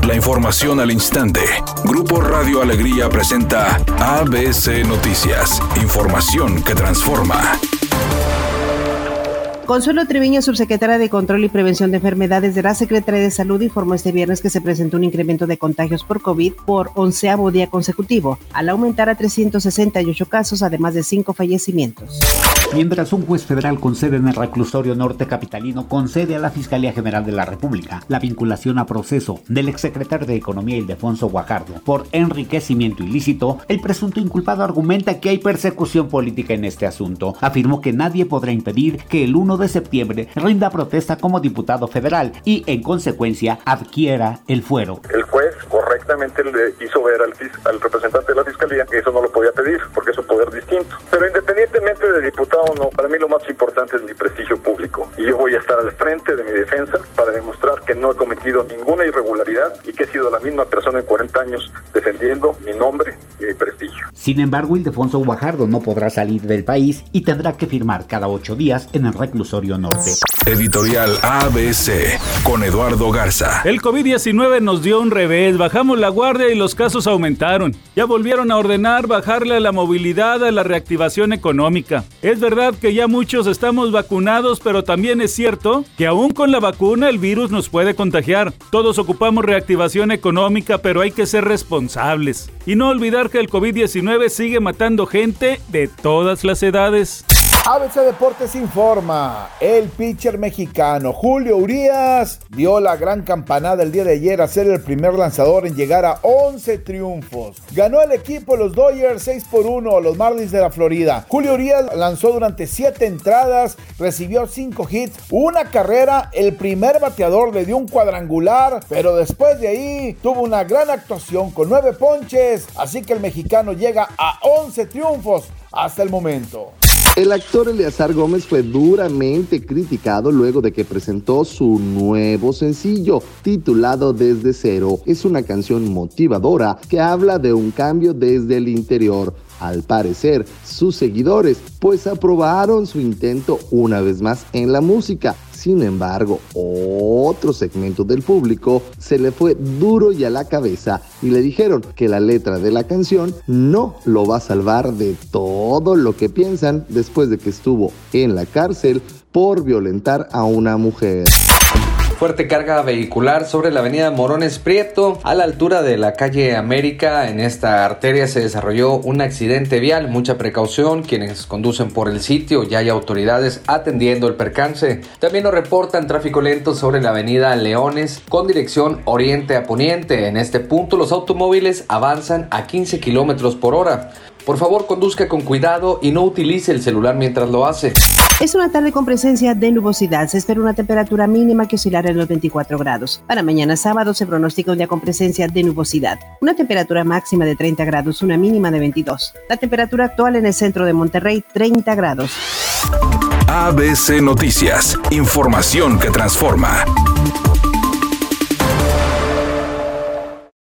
La información al instante. Grupo Radio Alegría presenta ABC Noticias. Información que transforma. Consuelo Treviño, subsecretaria de Control y Prevención de Enfermedades de la Secretaría de Salud, informó este viernes que se presentó un incremento de contagios por COVID por 11º día consecutivo, al aumentar a 368 casos, además de 5 fallecimientos. Mientras un juez federal con sede en el reclusorio norte capitalino concede a la Fiscalía General de la República la vinculación a proceso del exsecretario de Economía Ildefonso Guajardo por enriquecimiento ilícito, el presunto inculpado argumenta que hay persecución política en este asunto. Afirmó que nadie podrá impedir que el 1 de septiembre rinda protesta como diputado federal y, en consecuencia, adquiera el fuero. El juez correctamente le hizo ver al representante de la Fiscalía que eso no lo podía pedir porque es un poder distinto. Pero independientemente de diputado o no, para mí lo más importante es mi prestigio público. Y yo voy a estar al frente de mi defensa para demostrar que no he cometido ninguna irregularidad y que he sido la misma persona en 40 años defendiendo mi nombre y mi prestigio. Sin embargo, Ildefonso Guajardo no podrá salir del país y tendrá que firmar cada 8 días en el reclusorio norte. Editorial ABC con Eduardo Garza. El COVID-19 nos dio un revés, bajamos la guardia y los casos aumentaron. Ya volvieron a ordenar bajarle a la movilidad, a la reactivación económica. Es verdad que ya muchos estamos vacunados, pero también es cierto que aún con la vacuna el virus nos puede contagiar. Todos ocupamos reactivación económica, pero hay que ser responsables. Y no olvidar que el COVID-19 sigue matando gente de todas las edades. ABC Deportes informa, el pitcher mexicano Julio Urías dio la gran campanada el día de ayer a ser el primer lanzador en llegar a 11 triunfos. Ganó el equipo los Dodgers 6-1 a los Marlins de la Florida. Julio Urías lanzó durante 7 entradas, recibió 5 hits, una carrera, el primer bateador le dio un cuadrangular, pero después de ahí tuvo una gran actuación con 9 ponches, así que el mexicano llega a 11 triunfos hasta el momento. El actor Eleazar Gómez fue duramente criticado luego de que presentó su nuevo sencillo, titulado Desde Cero. Es una canción motivadora que habla de un cambio desde el interior. Al parecer, sus seguidores pues aprobaron su intento una vez más en la música. Sin embargo, otro segmento del público se le fue duro y a la cabeza y le dijeron que la letra de la canción no lo va a salvar de todo lo que piensan después de que estuvo en la cárcel por violentar a una mujer. Fuerte carga vehicular sobre la avenida Morones Prieto, a la altura de la calle América. En esta arteria se desarrolló un accidente vial. Mucha precaución quienes conducen por el sitio. Ya hay autoridades atendiendo el percance. También nos reportan tráfico lento sobre la avenida Leones con dirección oriente a poniente. En este punto los automóviles avanzan a 15 kilómetros por hora. Por favor, conduzca con cuidado y no utilice el celular mientras lo hace. Es una tarde con presencia de nubosidad. Se espera una temperatura mínima que oscilará en los 24 grados. Para mañana sábado se pronostica un día con presencia de nubosidad. Una temperatura máxima de 30 grados, una mínima de 22. La temperatura actual en el centro de Monterrey, 30 grados. ABC Noticias. Información que transforma.